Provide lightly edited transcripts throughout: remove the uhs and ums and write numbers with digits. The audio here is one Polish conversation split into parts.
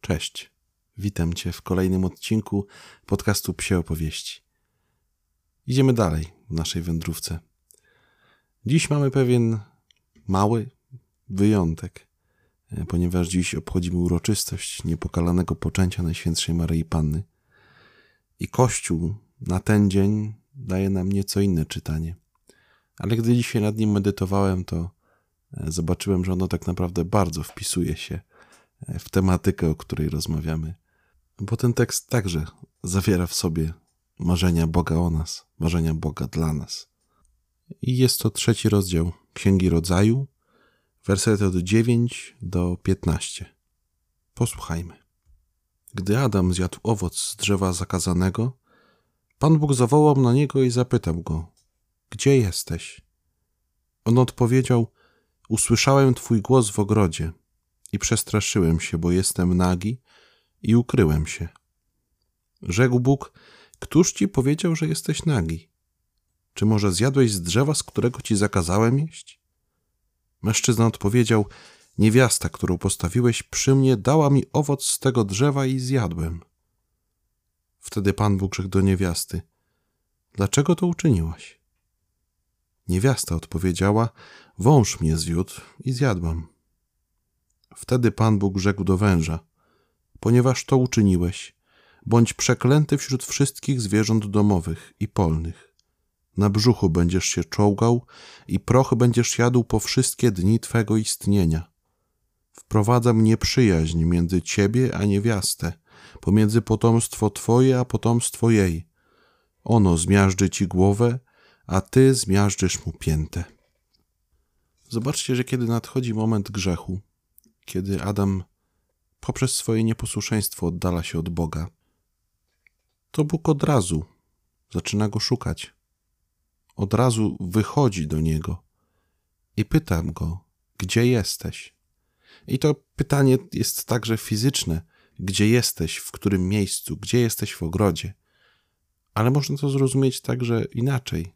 Cześć, witam Cię w kolejnym odcinku podcastu Psie Opowieści. Idziemy dalej w naszej wędrówce. Dziś mamy pewien mały wyjątek, ponieważ dziś obchodzimy uroczystość niepokalanego poczęcia Najświętszej Maryi Panny. I Kościół na ten dzień daje nam nieco inne czytanie. Ale gdy dzisiaj nad nim medytowałem, to zobaczyłem, że ono tak naprawdę bardzo wpisuje się w tematykę, o której rozmawiamy. Bo ten tekst także zawiera w sobie marzenia Boga o nas, marzenia Boga dla nas. I jest to 3 rozdział Księgi Rodzaju, wersety od 9 do 15. Posłuchajmy. Gdy Adam zjadł owoc z drzewa zakazanego, Pan Bóg zawołał na niego i zapytał go: gdzie jesteś? On odpowiedział: usłyszałem Twój głos w ogrodzie i przestraszyłem się, bo jestem nagi i ukryłem się. Rzekł Bóg: któż Ci powiedział, że jesteś nagi? Czy może zjadłeś z drzewa, z którego Ci zakazałem jeść? Mężczyzna odpowiedział: niewiasta, którą postawiłeś przy mnie, dała mi owoc z tego drzewa i zjadłem. Wtedy Pan Bóg rzekł do niewiasty: dlaczego to uczyniłaś? Niewiasta odpowiedziała: wąż mnie zwiódł i zjadłam. Wtedy Pan Bóg rzekł do węża: ponieważ to uczyniłeś, bądź przeklęty wśród wszystkich zwierząt domowych i polnych. Na brzuchu będziesz się czołgał i proch będziesz jadł po wszystkie dni Twego istnienia. Wprowadzam nieprzyjaźń między Ciebie a niewiastę, pomiędzy potomstwo Twoje a potomstwo jej. Ono zmiażdży Ci głowę, a Ty zmiażdżysz mu piętę. Zobaczcie, że kiedy nadchodzi moment grzechu, kiedy Adam poprzez swoje nieposłuszeństwo oddala się od Boga, to Bóg od razu zaczyna go szukać. Od razu wychodzi do niego i pyta go: gdzie jesteś? I to pytanie jest także fizyczne. Gdzie jesteś? W którym miejscu? Gdzie jesteś w ogrodzie? Ale można to zrozumieć także inaczej.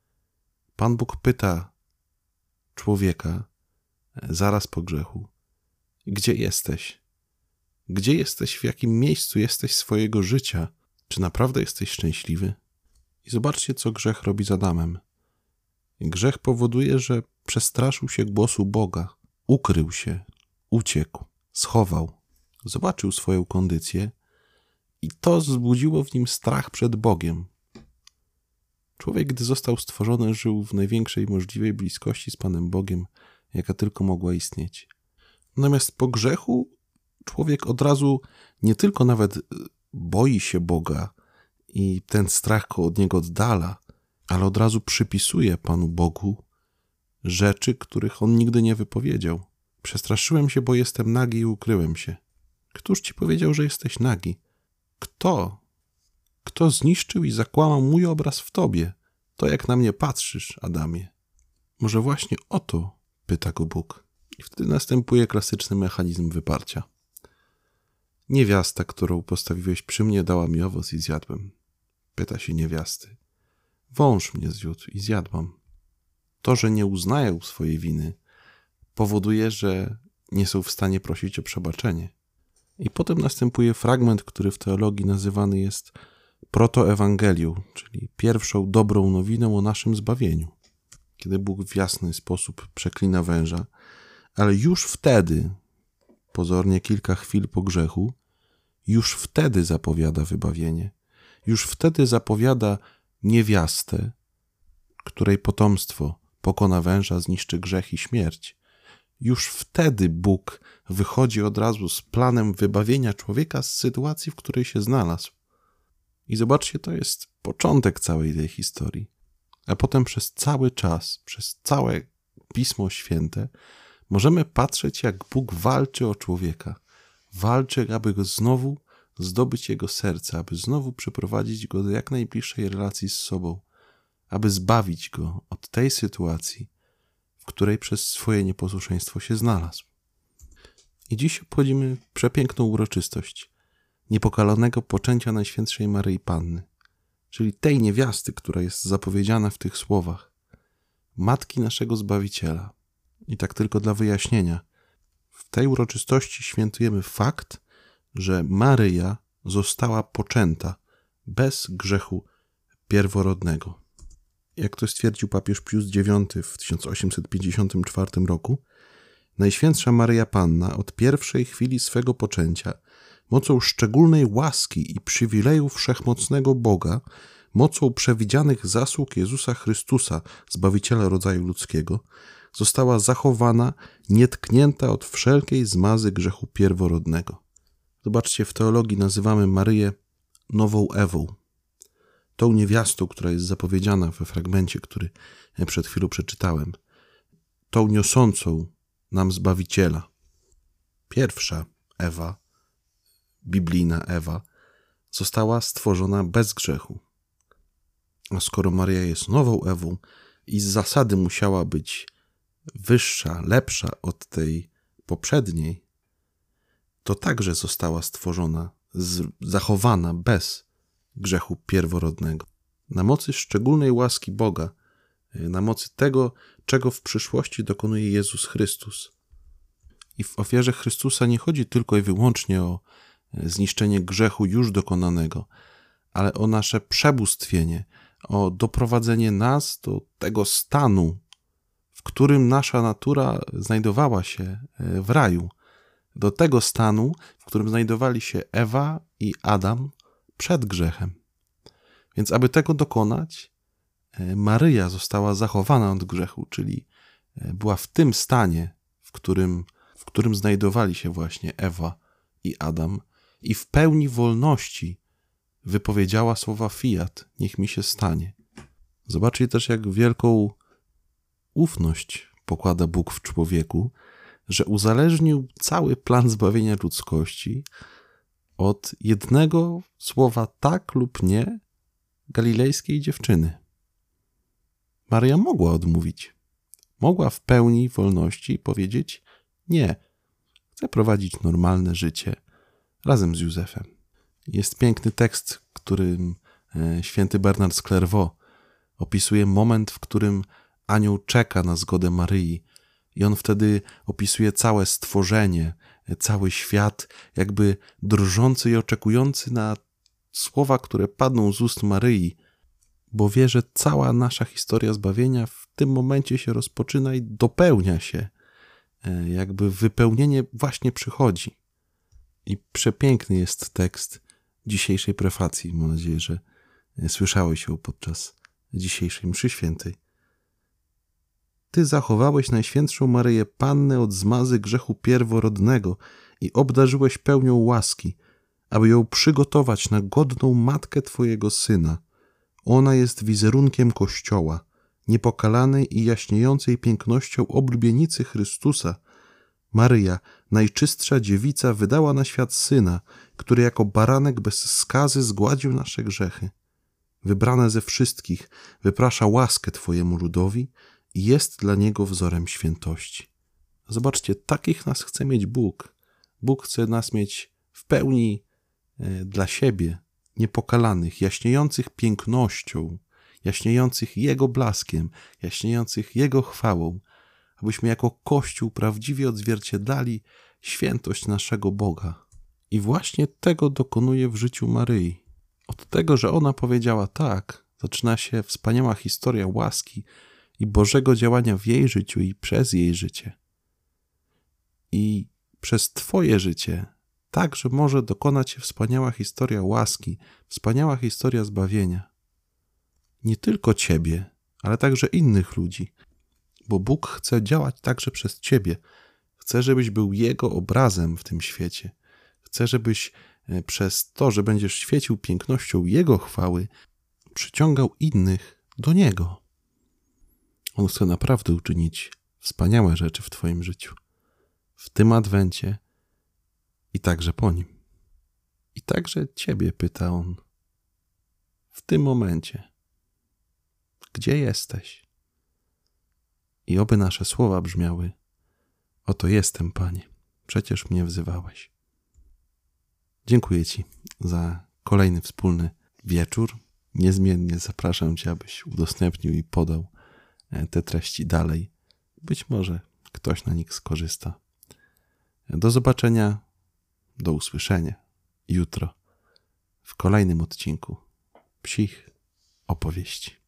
Pan Bóg pyta człowieka zaraz po grzechu: gdzie jesteś? Gdzie jesteś? W jakim miejscu jesteś swojego życia? Czy naprawdę jesteś szczęśliwy? I zobaczcie, co grzech robi z Adamem. Grzech powoduje, że przestraszył się głosu Boga, ukrył się, uciekł, schował, zobaczył swoją kondycję i to wzbudziło w nim strach przed Bogiem. Człowiek, gdy został stworzony, żył w największej możliwej bliskości z Panem Bogiem, jaka tylko mogła istnieć. Natomiast po grzechu człowiek od razu nie tylko nawet boi się Boga i ten strach go od Niego oddala, ale od razu przypisuje Panu Bogu rzeczy, których On nigdy nie wypowiedział. Przestraszyłem się, bo jestem nagi i ukryłem się. Któż Ci powiedział, że jesteś nagi? Kto? Kto zniszczył i zakłamał mój obraz w Tobie? To jak na mnie patrzysz, Adamie. Może właśnie o to pyta go Bóg. I wtedy następuje klasyczny mechanizm wyparcia. Niewiasta, którą postawiłeś przy mnie, dała mi owoc i zjadłem. Pyta się niewiasty. Wąż mnie zwiódł i zjadłam. To, że nie uznają swojej winy, powoduje, że nie są w stanie prosić o przebaczenie. I potem następuje fragment, który w teologii nazywany jest protoewangelią, czyli pierwszą dobrą nowiną o naszym zbawieniu. Kiedy Bóg w jasny sposób przeklina węża, ale już wtedy, pozornie kilka chwil po grzechu, już wtedy zapowiada wybawienie. Już wtedy zapowiada niewiastę, której potomstwo pokona węża, zniszczy grzech i śmierć. Już wtedy Bóg wychodzi od razu z planem wybawienia człowieka z sytuacji, w której się znalazł. I zobaczcie, to jest początek całej tej historii. A potem przez cały czas, przez całe Pismo Święte możemy patrzeć, jak Bóg walczy o człowieka. Walczy, aby go znowu zdobyć jego serce, aby znowu przyprowadzić go do jak najbliższej relacji z sobą, aby zbawić go od tej sytuacji, w której przez swoje nieposłuszeństwo się znalazł. I dziś obchodzimy przepiękną uroczystość niepokalanego poczęcia Najświętszej Maryi Panny, czyli tej niewiasty, która jest zapowiedziana w tych słowach, Matki naszego Zbawiciela. I tak tylko dla wyjaśnienia, w tej uroczystości świętujemy fakt, że Maryja została poczęta bez grzechu pierworodnego. Jak to stwierdził papież Pius IX w 1854 roku, Najświętsza Maryja Panna od pierwszej chwili swego poczęcia, mocą szczególnej łaski i przywilejów wszechmocnego Boga, mocą przewidzianych zasług Jezusa Chrystusa, Zbawiciela rodzaju ludzkiego, została zachowana, nietknięta od wszelkiej zmazy grzechu pierworodnego. Zobaczcie, w teologii nazywamy Maryję nową Ewą. Tą niewiastą, która jest zapowiedziana we fragmencie, który przed chwilą przeczytałem. Tą niosącą nam Zbawiciela. Pierwsza Ewa, biblijna Ewa, została stworzona bez grzechu. A skoro Maryja jest nową Ewą i z zasady musiała być wyższa, lepsza od tej poprzedniej, to także została stworzona, zachowana bez grzechu pierworodnego. Na mocy szczególnej łaski Boga, na mocy tego, czego w przyszłości dokonuje Jezus Chrystus. I w ofierze Chrystusa nie chodzi tylko i wyłącznie o zniszczenie grzechu już dokonanego, ale o nasze przebóstwienie, o doprowadzenie nas do tego stanu, w którym nasza natura znajdowała się w raju, do tego stanu, w którym znajdowali się Ewa i Adam przed grzechem. Więc aby tego dokonać, Maryja została zachowana od grzechu, czyli była w tym stanie, w którym znajdowali się właśnie Ewa i Adam i w pełni wolności wypowiedziała słowa fiat, niech mi się stanie. Zobaczcie też, jak wielką ufność pokłada Bóg w człowieku, że uzależnił cały plan zbawienia ludzkości od jednego słowa tak lub nie galilejskiej dziewczyny. Maryja mogła odmówić. Mogła w pełni wolności powiedzieć nie. Chcę prowadzić normalne życie razem z Józefem. Jest piękny tekst, którym święty Bernard z Clairvaux opisuje moment, w którym anioł czeka na zgodę Maryi i on wtedy opisuje całe stworzenie, cały świat, jakby drżący i oczekujący na słowa, które padną z ust Maryi, bo wie, że cała nasza historia zbawienia w tym momencie się rozpoczyna i dopełnia się. Jakby wypełnienie właśnie przychodzi. I przepiękny jest tekst dzisiejszej prefacji. Mam nadzieję, że słyszałeś ją podczas dzisiejszej mszy świętej. Ty zachowałeś Najświętszą Maryję Pannę od zmazy grzechu pierworodnego i obdarzyłeś pełnią łaski, aby ją przygotować na godną matkę Twojego Syna. Ona jest wizerunkiem Kościoła, niepokalanej i jaśniejącej pięknością oblubienicy Chrystusa. Maryja, najczystsza dziewica, wydała na świat Syna, który jako baranek bez skazy zgładził nasze grzechy. Wybrane ze wszystkich, wyprasza łaskę Twojemu ludowi i jest dla niego wzorem świętości. Zobaczcie, takich nas chce mieć Bóg. Bóg chce nas mieć w pełni dla siebie, niepokalanych, jaśniejących pięknością, jaśniejących Jego blaskiem, jaśniejących Jego chwałą, abyśmy jako Kościół prawdziwie odzwierciedlali świętość naszego Boga. I właśnie tego dokonuje w życiu Maryi. Od tego, że ona powiedziała tak, zaczyna się wspaniała historia łaski i Bożego działania w jej życiu i przez jej życie. I przez Twoje życie także może dokonać się wspaniała historia łaski, wspaniała historia zbawienia. Nie tylko Ciebie, ale także innych ludzi, bo Bóg chce działać także przez Ciebie. Chce, żebyś był Jego obrazem w tym świecie. Chce, żebyś przez to, że będziesz świecił pięknością Jego chwały, przyciągał innych do Niego. On chce naprawdę uczynić wspaniałe rzeczy w Twoim życiu. W tym Adwencie i także po nim. I także Ciebie pyta On w tym momencie. Gdzie jesteś? I oby nasze słowa brzmiały: oto jestem, Panie, przecież mnie wzywałeś. Dziękuję Ci za kolejny wspólny wieczór. Niezmiennie zapraszam Cię, abyś udostępnił i podał te treści dalej. Być może ktoś na nich skorzysta. Do zobaczenia, do usłyszenia jutro w kolejnym odcinku Psich Opowieści.